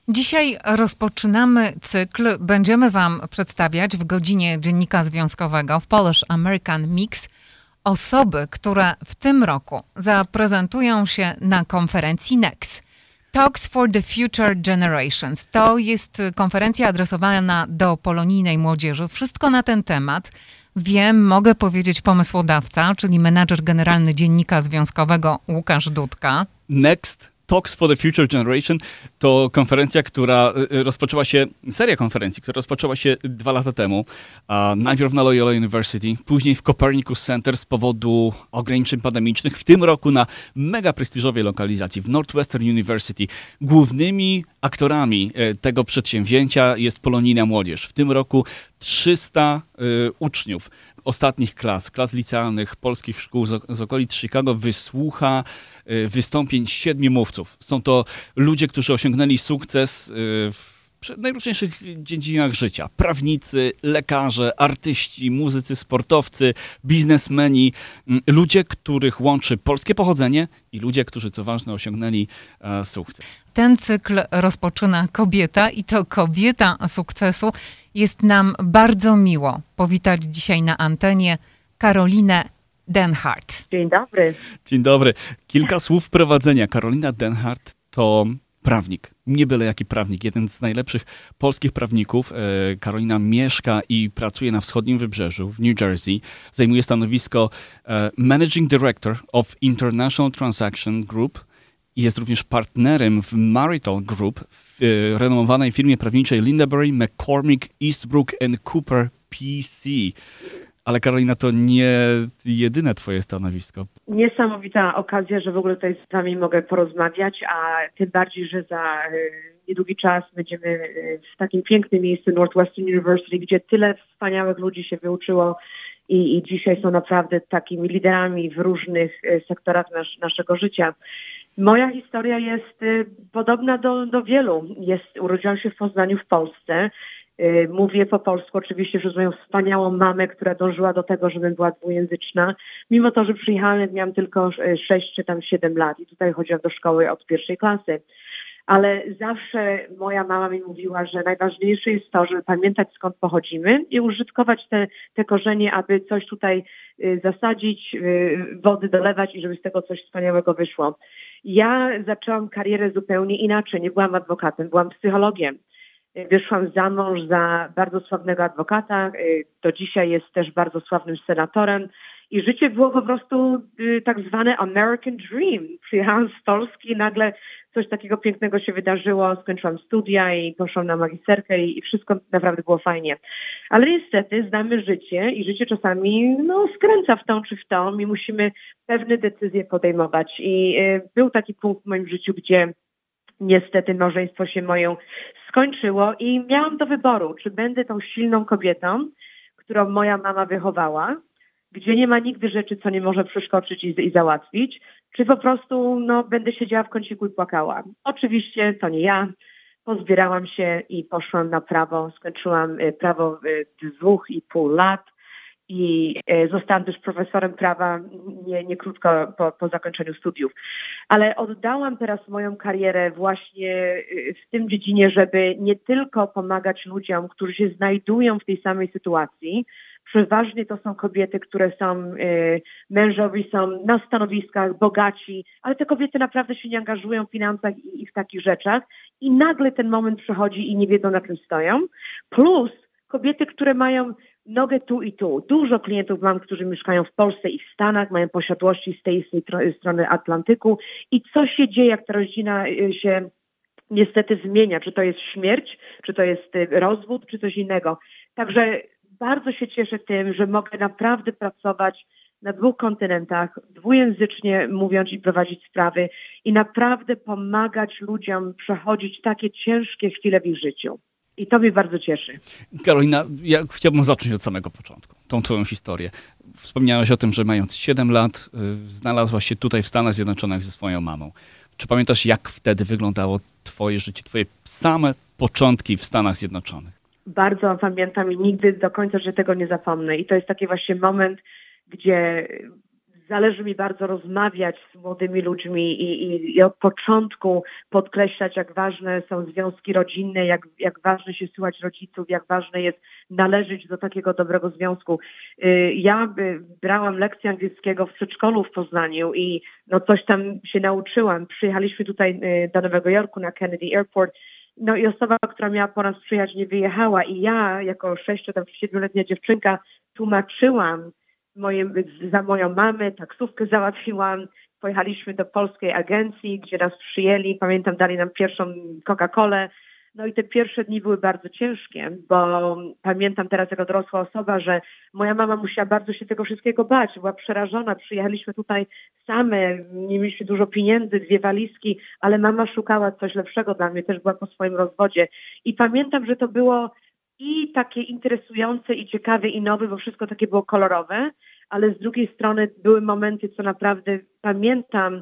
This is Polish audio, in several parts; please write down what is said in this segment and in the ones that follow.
Dzisiaj rozpoczynamy cykl. Będziemy Wam przedstawiać w godzinie Dziennika Związkowego w Polish American Mix osoby, które w tym roku zaprezentują się na konferencji NEX. Talks for the Future Generations. To jest konferencja adresowana do polonijnej młodzieży. Wszystko na ten temat mogę powiedzieć pomysłodawca, czyli menadżer generalny Dziennika Związkowego Łukasz Dudka. Next. Talks for the Future Generation to konferencja, seria konferencji, która rozpoczęła się 2 lata temu. Najpierw na Loyola University, później w Copernicus Center z powodu ograniczeń pandemicznych. W tym roku na mega prestiżowej lokalizacji w Northwestern University. Głównymi aktorami tego przedsięwzięcia jest polonijna młodzież. W tym roku 300 uczniów ostatnich klas licealnych polskich szkół z okolic Chicago wysłucha wystąpień 7 mówców. Są to ludzie, którzy osiągnęli sukces w najróżniejszych dziedzinach życia. Prawnicy, lekarze, artyści, muzycy, sportowcy, biznesmeni. Ludzie, których łączy polskie pochodzenie i ludzie, którzy, co ważne, osiągnęli sukces. Ten cykl rozpoczyna kobieta i to kobieta sukcesu. Jest nam bardzo miło powitać dzisiaj na antenie Karolinę Denhardt. Dzień dobry. Dzień dobry. Kilka słów wprowadzenia. Karolina Denhardt to prawnik. Nie byle jaki prawnik. Jeden z najlepszych polskich prawników. Karolina mieszka i pracuje na wschodnim wybrzeżu w New Jersey. Zajmuje stanowisko Managing Director of International Transaction Group. Jest również partnerem w Marital Group, w renomowanej firmie prawniczej Lindaberry, McCormick, Eastbrook Cooper PC. Ale Karolina, to nie jedyne twoje stanowisko. Niesamowita okazja, że w ogóle tutaj z wami mogę porozmawiać, a tym bardziej, że za niedługi czas będziemy w takim pięknym miejscu Northwestern University, gdzie tyle wspaniałych ludzi się wyuczyło i dzisiaj są naprawdę takimi liderami w różnych sektorach naszego życia. Moja historia jest podobna do wielu. Urodziłam się w Poznaniu w Polsce. Mówię po polsku, oczywiście przez moją wspaniałą mamę, która dążyła do tego, żebym była dwujęzyczna. Mimo to, że przyjechałem, miałam tylko 6 czy tam 7 lat i tutaj chodziłam do szkoły od 1. klasy. Ale zawsze moja mama mi mówiła, że najważniejsze jest to, żeby pamiętać, skąd pochodzimy i użytkować te korzenie, aby coś tutaj zasadzić, wody dolewać i żeby z tego coś wspaniałego wyszło. Ja zaczęłam karierę zupełnie inaczej. Nie byłam adwokatem, byłam psychologiem. Wyszłam za mąż za bardzo sławnego adwokata, do dzisiaj jest też bardzo sławnym senatorem i życie było po prostu tak zwane American Dream. Przyjechałam z Polski i nagle coś takiego pięknego się wydarzyło, skończyłam studia i poszłam na magisterkę i wszystko naprawdę było fajnie. Ale niestety znamy życie i życie czasami skręca w tą czy w tą i musimy pewne decyzje podejmować. I był taki punkt w moim życiu, gdzie niestety małżeństwo się moje skończyło i miałam do wyboru, czy będę tą silną kobietą, którą moja mama wychowała, gdzie nie ma nigdy rzeczy, co nie może przeskoczyć i załatwić, czy po prostu będę siedziała w kąciku i płakała. Oczywiście to nie ja. Pozbierałam się i poszłam na prawo. Skończyłam prawo w 2,5 lat i zostałam też profesorem prawa nie krótko po zakończeniu studiów. Ale oddałam teraz moją karierę właśnie w tym dziedzinie, żeby nie tylko pomagać ludziom, którzy się znajdują w tej samej sytuacji. Przeważnie to są kobiety, które są, mężowie są na stanowiskach, bogaci, ale te kobiety naprawdę się nie angażują w finansach i w takich rzeczach i nagle ten moment przychodzi i nie wiedzą, na czym stoją. Plus kobiety, które mają nogę tu i tu. Dużo klientów mam, którzy mieszkają w Polsce i w Stanach, mają posiadłości z tej strony Atlantyku i co się dzieje, jak ta rodzina się niestety zmienia, czy to jest śmierć, czy to jest rozwód, czy coś innego. Także bardzo się cieszę tym, że mogę naprawdę pracować na 2 kontynentach, dwujęzycznie mówiąc i prowadzić sprawy i naprawdę pomagać ludziom przechodzić takie ciężkie chwile w ich życiu. I to mnie bardzo cieszy. Karolina, ja chciałbym zacząć od samego początku, tą twoją historię. Wspomniałaś o tym, że mając 7 lat znalazłaś się tutaj w Stanach Zjednoczonych ze swoją mamą. Czy pamiętasz, jak wtedy wyglądało twoje życie, twoje same początki w Stanach Zjednoczonych? Bardzo pamiętam i nigdy do końca, że tego nie zapomnę. I to jest taki właśnie moment, gdzie zależy mi bardzo rozmawiać z młodymi ludźmi i od początku podkreślać, jak ważne są związki rodzinne, jak ważne się słuchać rodziców, jak ważne jest należeć do takiego dobrego związku. Ja brałam lekcję angielskiego w przedszkolu w Poznaniu i no coś tam się nauczyłam. Przyjechaliśmy tutaj do Nowego Jorku na Kennedy Airport. No i osoba, która miała po nas przyjechać, nie wyjechała i ja jako 6-7-letnia dziewczynka tłumaczyłam za moją mamę, taksówkę załatwiłam, pojechaliśmy do polskiej agencji, gdzie nas przyjęli, pamiętam, dali nam pierwszą Coca-Colę. No i te pierwsze dni były bardzo ciężkie, bo pamiętam teraz jako dorosła osoba, że moja mama musiała bardzo się tego wszystkiego bać, była przerażona, przyjechaliśmy tutaj same, nie mieliśmy dużo pieniędzy, 2 walizki, ale mama szukała coś lepszego dla mnie, też była po swoim rozwodzie i pamiętam, że to było i takie interesujące i ciekawe i nowe, bo wszystko takie było kolorowe, ale z drugiej strony były momenty, co naprawdę pamiętam,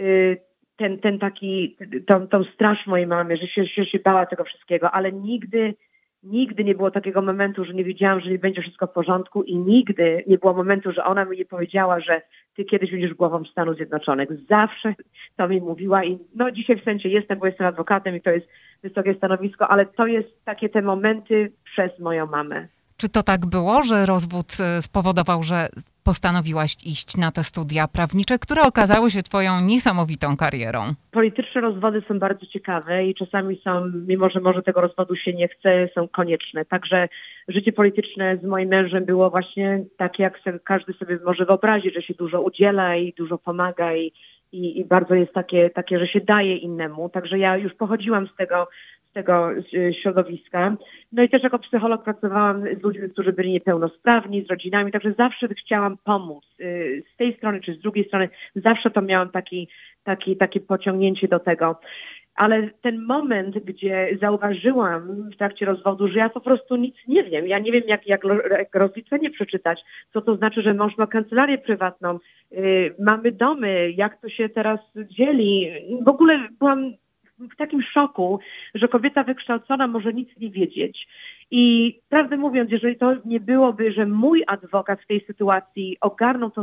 tą straż mojej mamy, że się bała tego wszystkiego, ale nigdy nie było takiego momentu, że nie wiedziałam, że nie będzie wszystko w porządku i nigdy nie było momentu, że ona mi nie powiedziała, że ty kiedyś będziesz głową Stanów Zjednoczonych. Zawsze to mi mówiła i no dzisiaj w sensie jestem, bo jestem adwokatem i to jest wysokie stanowisko, ale to jest takie te momenty przez moją mamę. Czy to tak było, że rozwód spowodował, że postanowiłaś iść na te studia prawnicze, które okazały się twoją niesamowitą karierą? Polityczne rozwody są bardzo ciekawe i czasami są, mimo że może tego rozwodu się nie chce, są konieczne. Także życie polityczne z moim mężem było właśnie takie, jak każdy sobie może wyobrazić, że się dużo udziela i dużo pomaga i bardzo jest takie, że się daje innemu. Także ja już pochodziłam z tego środowiska. No i też jako psycholog pracowałam z ludźmi, którzy byli niepełnosprawni, z rodzinami, także zawsze chciałam pomóc. Z tej strony czy z drugiej strony zawsze to miałam takie pociągnięcie do tego. Ale ten moment, gdzie zauważyłam w trakcie rozwodu, że ja po prostu nic nie wiem. Ja nie wiem, jak rozliczenie przeczytać, co to znaczy, że mąż ma kancelarię prywatną, mamy domy, jak to się teraz dzieli. W ogóle byłam w takim szoku, że kobieta wykształcona może nic nie wiedzieć. I prawdę mówiąc, jeżeli to nie byłoby, że mój adwokat w tej sytuacji ogarnął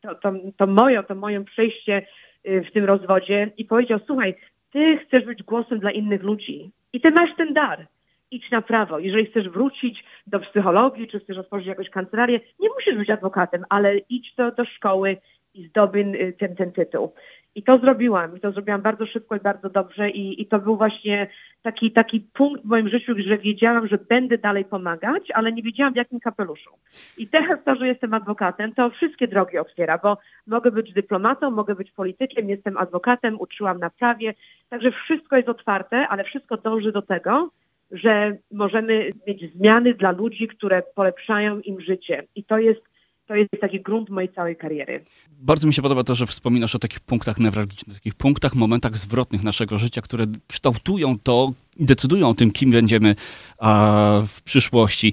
to moje przejście w tym rozwodzie i powiedział, słuchaj, ty chcesz być głosem dla innych ludzi i ty masz ten dar. Idź na prawo. Jeżeli chcesz wrócić do psychologii, czy chcesz otworzyć jakąś kancelarię, nie musisz być adwokatem, ale idź do szkoły i zdobędź ten tytuł. I to zrobiłam bardzo szybko i bardzo dobrze i to był właśnie taki punkt w moim życiu, że wiedziałam, że będę dalej pomagać, ale nie wiedziałam w jakim kapeluszu. I teraz to, że jestem adwokatem, to wszystkie drogi otwiera, bo mogę być dyplomatą, mogę być politykiem, jestem adwokatem, uczyłam na prawie, także wszystko jest otwarte, ale wszystko dąży do tego, że możemy mieć zmiany dla ludzi, które polepszają im życie. I to jest taki grunt mojej całej kariery. Bardzo mi się podoba to, że wspominasz o takich punktach newralgicznych, takich punktach, momentach zwrotnych naszego życia, które kształtują to i decydują o tym, kim będziemy w przyszłości.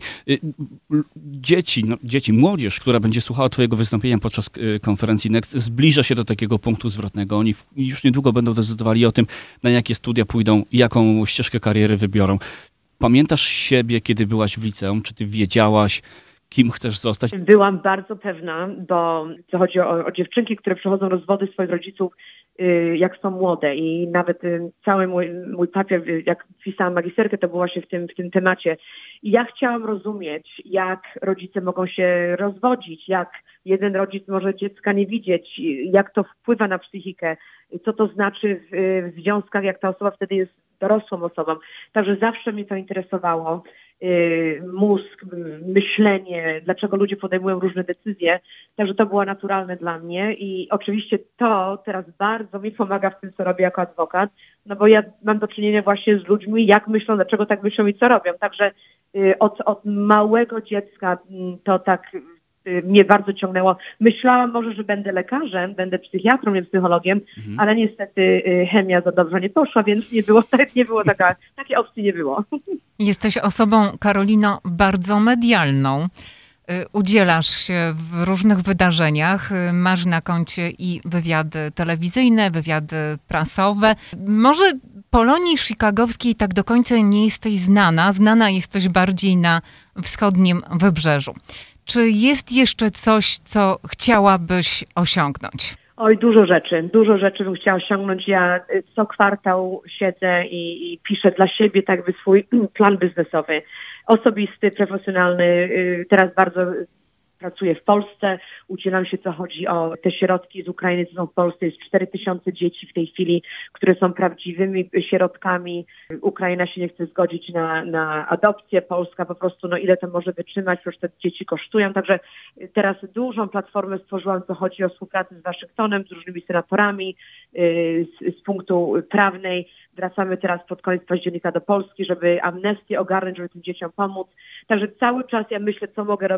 Dzieci, młodzież, która będzie słuchała twojego wystąpienia podczas konferencji Next, zbliża się do takiego punktu zwrotnego. Oni już niedługo będą decydowali o tym, na jakie studia pójdą, jaką ścieżkę kariery wybiorą. Pamiętasz siebie, kiedy byłaś w liceum? Czy ty wiedziałaś, kim chcesz zostać? Byłam bardzo pewna, bo to chodzi o dziewczynki, które przechodzą rozwody swoich rodziców, jak są młode i nawet cały mój papier, jak pisałam magisterkę, to było właśnie w tym temacie. I ja chciałam rozumieć, jak rodzice mogą się rozwodzić, jak jeden rodzic może dziecka nie widzieć, jak to wpływa na psychikę, co to znaczy w związkach, jak ta osoba wtedy jest dorosłą osobą. Także zawsze mnie to interesowało. Mózg, myślenie, dlaczego ludzie podejmują różne decyzje. Także to było naturalne dla mnie i oczywiście to teraz bardzo mi pomaga w tym, co robię jako adwokat, no bo ja mam do czynienia właśnie z ludźmi, jak myślą, dlaczego tak myślą i co robią. Także od małego dziecka to tak mnie bardzo ciągnęło. Myślałam może, że będę lekarzem, będę psychiatrą, nie psychologiem, ale niestety chemia za dobrze nie poszła, więc takiej opcji nie było. Jesteś osobą, Karolino, bardzo medialną. Udzielasz się w różnych wydarzeniach, masz na koncie i wywiady telewizyjne, wywiady prasowe. Może Polonii chicagowskiej tak do końca nie jesteś znana jesteś bardziej na wschodnim wybrzeżu. Czy jest jeszcze coś, co chciałabyś osiągnąć? Oj, dużo rzeczy bym chciała osiągnąć. Ja co kwartał siedzę i piszę dla siebie tak jakby swój plan biznesowy, osobisty, profesjonalny. Teraz bardzo pracuję w Polsce, udzielam się, co chodzi o te środki z Ukrainy, co są w Polsce. Jest 4000 dzieci w tej chwili, które są prawdziwymi sierotkami. Ukraina się nie chce zgodzić na adopcję. Polska po prostu, ile to może wytrzymać, przecież te dzieci kosztują. Także teraz dużą platformę stworzyłam, co chodzi o współpracę z Waszyngtonem, z różnymi senatorami, z punktu prawnej. Wracamy teraz pod koniec października do Polski, żeby amnestię ogarnąć, żeby tym dzieciom pomóc. Także cały czas ja myślę, co mogę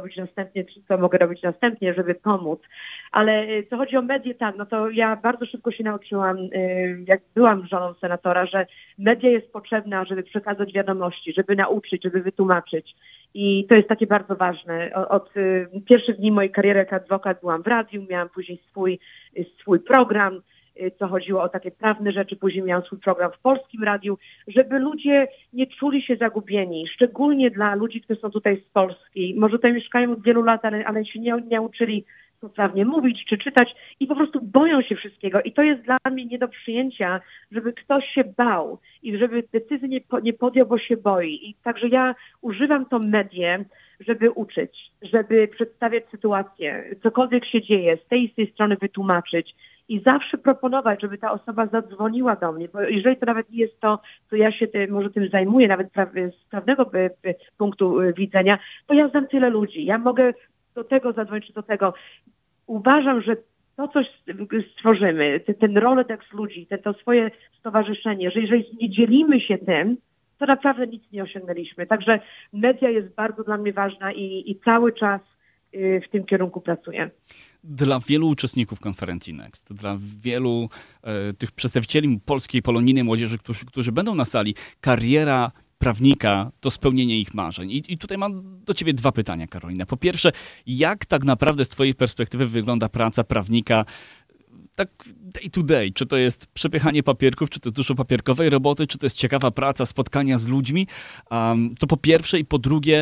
robić następnie, żeby pomóc. Ale co chodzi o media, tak, to ja bardzo szybko się nauczyłam, jak byłam żoną senatora, że media jest potrzebna, żeby przekazać wiadomości, żeby nauczyć, żeby wytłumaczyć. I to jest takie bardzo ważne. Od pierwszych dni mojej kariery jako adwokat byłam w radiu, miałam później swój program, co chodziło o takie prawne rzeczy. Później miałam swój program w Polskim Radiu, żeby ludzie nie czuli się zagubieni, szczególnie dla ludzi, którzy są tutaj z Polski. Może tutaj mieszkają od wielu lat, ale się nie nauczyli poprawnie mówić czy czytać i po prostu boją się wszystkiego. I to jest dla mnie nie do przyjęcia, żeby ktoś się bał i żeby decyzji nie podjął, bo się boi. I także ja używam to medię, żeby uczyć, żeby przedstawiać sytuację, cokolwiek się dzieje, z tej strony wytłumaczyć. I zawsze proponować, żeby ta osoba zadzwoniła do mnie, bo jeżeli to nawet nie jest to, co ja się może tym zajmuję, nawet z prawnego punktu widzenia, to ja znam tyle ludzi. Ja mogę do tego zadzwonić, czy do tego. Uważam, że to coś stworzymy, ten Rolodex ludzi, to swoje stowarzyszenie, że jeżeli nie dzielimy się tym, to naprawdę nic nie osiągnęliśmy. Także media jest bardzo dla mnie ważna i cały czas w tym kierunku pracuję. Dla wielu uczestników konferencji Next, dla wielu tych przedstawicieli polskiej polonijnej młodzieży, którzy będą na sali, kariera prawnika to spełnienie ich marzeń. I tutaj mam do ciebie dwa pytania, Karolina. Po pierwsze, jak tak naprawdę z twojej perspektywy wygląda praca prawnika tak day to day? Czy to jest przepychanie papierków, czy to jest dużo papierkowej roboty, czy to jest ciekawa praca, spotkania z ludźmi? To po pierwsze. I po drugie,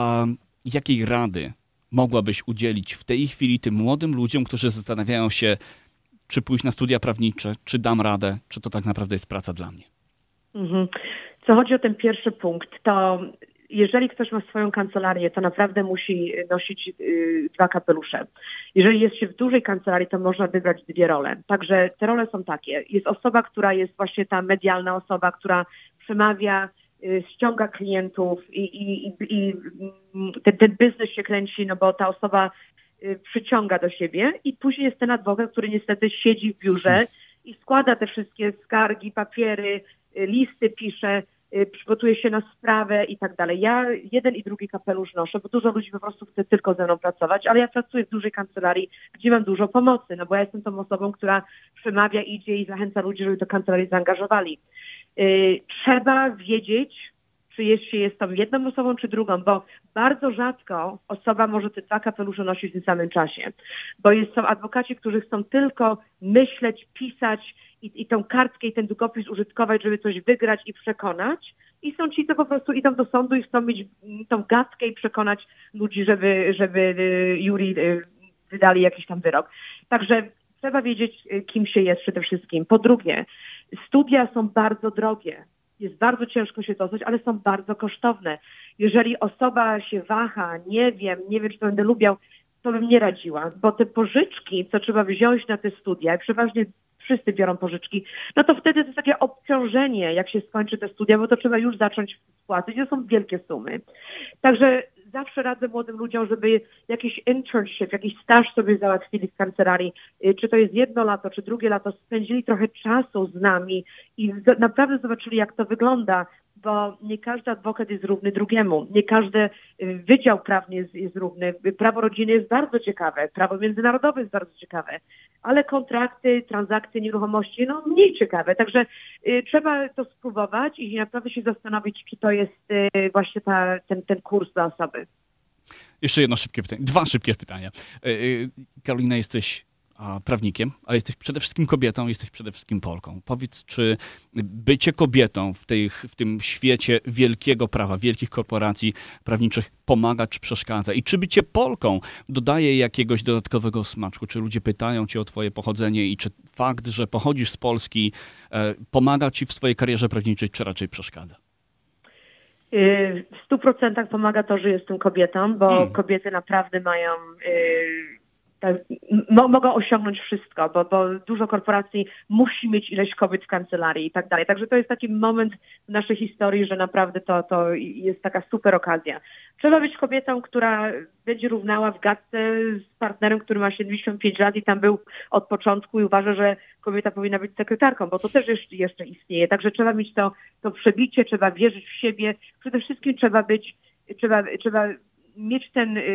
jakiej rady mogłabyś udzielić w tej chwili tym młodym ludziom, którzy zastanawiają się, czy pójść na studia prawnicze, czy dam radę, czy to tak naprawdę jest praca dla mnie? Co chodzi o ten pierwszy punkt, to jeżeli ktoś ma swoją kancelarię, to naprawdę musi nosić dwa kapelusze. Jeżeli jest się w dużej kancelarii, to można wybrać dwie role. Także te role są takie. Jest osoba, która jest właśnie ta medialna osoba, która przemawia, ściąga klientów i ten biznes się kręci, bo ta osoba przyciąga do siebie i później jest ten adwokat, który niestety siedzi w biurze i składa te wszystkie skargi, papiery, listy pisze, przygotuje się na sprawę i tak dalej. Ja jeden i drugi kapelusz noszę, bo dużo ludzi po prostu chce tylko ze mną pracować, ale ja pracuję w dużej kancelarii, gdzie mam dużo pomocy, bo ja jestem tą osobą, która przemawia, idzie i zachęca ludzi, żeby do kancelarii zaangażowali. Trzeba wiedzieć, czy jest tą jedną osobą, czy drugą, bo bardzo rzadko osoba może te dwa kapelusze nosić w tym samym czasie, bo są adwokaci, którzy chcą tylko myśleć, pisać i tą kartkę i ten długopis użytkować, żeby coś wygrać i przekonać. I są ci, co po prostu idą do sądu i chcą mieć tą gadkę i przekonać ludzi, żeby jury wydali jakiś tam wyrok. Także trzeba wiedzieć, kim się jest przede wszystkim. Po drugie, studia są bardzo drogie. Jest bardzo ciężko się dostać, ale są bardzo kosztowne. Jeżeli osoba się waha, nie wiem, czy to będę lubiał, to bym nie radziła, bo te pożyczki, co trzeba wziąć na te studia, i przeważnie wszyscy biorą pożyczki, to wtedy to jest takie obciążenie, jak się skończy te studia, bo to trzeba już zacząć spłacać. To są wielkie sumy. Także zawsze radzę młodym ludziom, żeby jakiś internship, jakiś staż sobie załatwili w kancelarii, czy to jest jedno lato, czy drugie lato, spędzili trochę czasu z nami i naprawdę zobaczyli, jak to wygląda, bo nie każdy adwokat jest równy drugiemu, nie każdy wydział prawny jest równy. Prawo rodziny jest bardzo ciekawe, prawo międzynarodowe jest bardzo ciekawe, ale kontrakty, transakcje nieruchomości, mniej ciekawe. Także trzeba to spróbować i naprawdę się zastanowić, czy to jest właśnie ten kurs dla osoby. Jeszcze jedno szybkie pytanie, dwa szybkie pytania. Karolina, jesteś prawnikiem, ale jesteś przede wszystkim kobietą, jesteś przede wszystkim Polką. Powiedz, czy bycie kobietą w tym świecie wielkiego prawa, wielkich korporacji prawniczych pomaga czy przeszkadza? I czy bycie Polką dodaje jakiegoś dodatkowego smaczku? Czy ludzie pytają cię o twoje pochodzenie i czy fakt, że pochodzisz z Polski, pomaga ci w swojej karierze prawniczej, czy raczej przeszkadza? W 100% pomaga to, że jestem kobietą, bo kobiety naprawdę mają... mogą osiągnąć wszystko, bo dużo korporacji musi mieć ileś kobiet w kancelarii i tak dalej. Także to jest taki moment w naszej historii, że naprawdę to jest taka super okazja. Trzeba być kobietą, która będzie równała w gadce z partnerem, który ma 75 lat i tam był od początku i uważa, że kobieta powinna być sekretarką, bo to też jeszcze istnieje. Także trzeba mieć to przebicie, trzeba wierzyć w siebie. Przede wszystkim trzeba mieć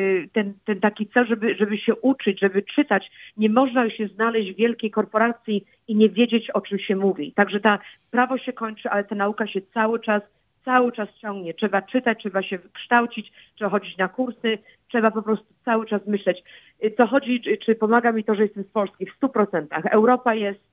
ten taki cel, żeby się uczyć, żeby czytać. Nie można się znaleźć w wielkiej korporacji i nie wiedzieć, o czym się mówi. Także prawo się kończy, ale ta nauka się cały czas ciągnie. Trzeba czytać, trzeba się kształcić, trzeba chodzić na kursy, trzeba po prostu cały czas myśleć. Co chodzi, czy pomaga mi to, że jestem z Polski? W 100%. Europa jest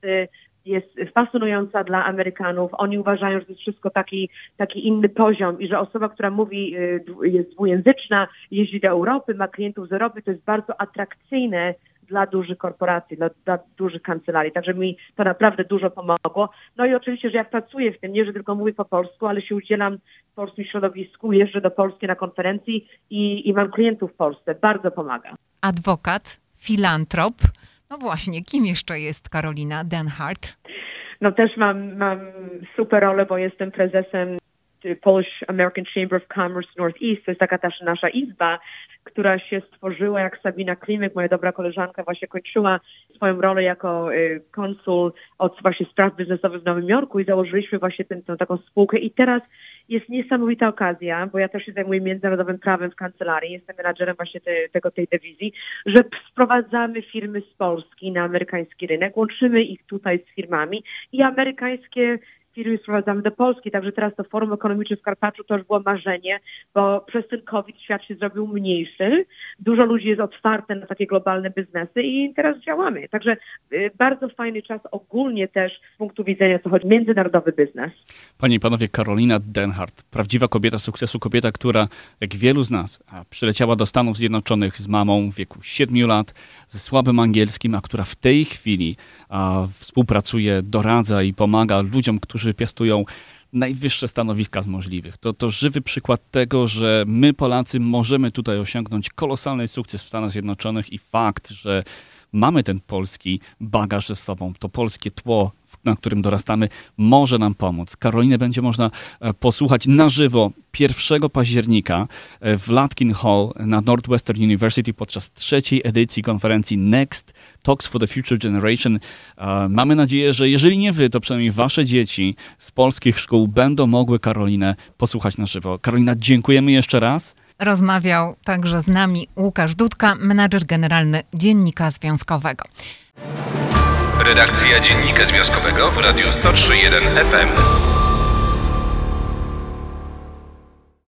fascynująca dla Amerykanów. Oni uważają, że to jest wszystko taki inny poziom i że osoba, która mówi, jest dwujęzyczna, jeździ do Europy, ma klientów z Europy, to jest bardzo atrakcyjne dla dużych korporacji, dla dużych kancelarii. Także mi to naprawdę dużo pomogło. No i oczywiście, że ja pracuję w tym, nie, że tylko mówię po polsku, ale się udzielam w polskim środowisku, jeżdżę do Polski na konferencji i mam klientów w Polsce. Bardzo pomaga. Adwokat, filantrop. No właśnie, kim jeszcze jest Karolina Denhardt? No też mam super rolę, bo jestem prezesem Polish American Chamber of Commerce Northeast. To jest taka też nasza izba, która się stworzyła, jak Sabina Klimek, moja dobra koleżanka, właśnie kończyła swoją rolę jako konsul od właśnie spraw biznesowych w Nowym Jorku i założyliśmy właśnie tę taką spółkę i teraz jest niesamowita okazja, bo ja też się zajmuję międzynarodowym prawem w kancelarii, jestem menadżerem właśnie tej dywizji, że sprowadzamy firmy z Polski na amerykański rynek, łączymy ich tutaj z firmami i amerykańskie firmy sprowadzamy do Polski, także teraz to Forum Ekonomiczne w Karpaczu to już było marzenie, bo przez ten COVID świat się zrobił mniejszy, dużo ludzi jest otwarte na takie globalne biznesy i teraz działamy. Także bardzo fajny czas ogólnie też z punktu widzenia, co chodzi międzynarodowy biznes. Panie i panowie, Karolina Denhardt, prawdziwa kobieta sukcesu, kobieta, która, jak wielu z nas, przyleciała do Stanów Zjednoczonych z mamą w wieku 7 lat, ze słabym angielskim, a która w tej chwili współpracuje, doradza i pomaga ludziom, którzy piastują najwyższe stanowiska z możliwych. To żywy przykład tego, że my Polacy możemy tutaj osiągnąć kolosalny sukces w Stanach Zjednoczonych i fakt, że mamy ten polski bagaż ze sobą, to polskie tło, na którym dorastamy, może nam pomóc. Karolinę będzie można posłuchać na żywo 1 października w Latkin Hall na Northwestern University podczas 3. edycji konferencji Next Talks for the Future Generation. Mamy nadzieję, że jeżeli nie wy, to przynajmniej wasze dzieci z polskich szkół będą mogły Karolinę posłuchać na żywo. Karolina, dziękujemy jeszcze raz. Rozmawiał także z nami Łukasz Dudka, menadżer generalny Dziennika Związkowego. Redakcja Dziennika Związkowego w Radiu 103.1 FM.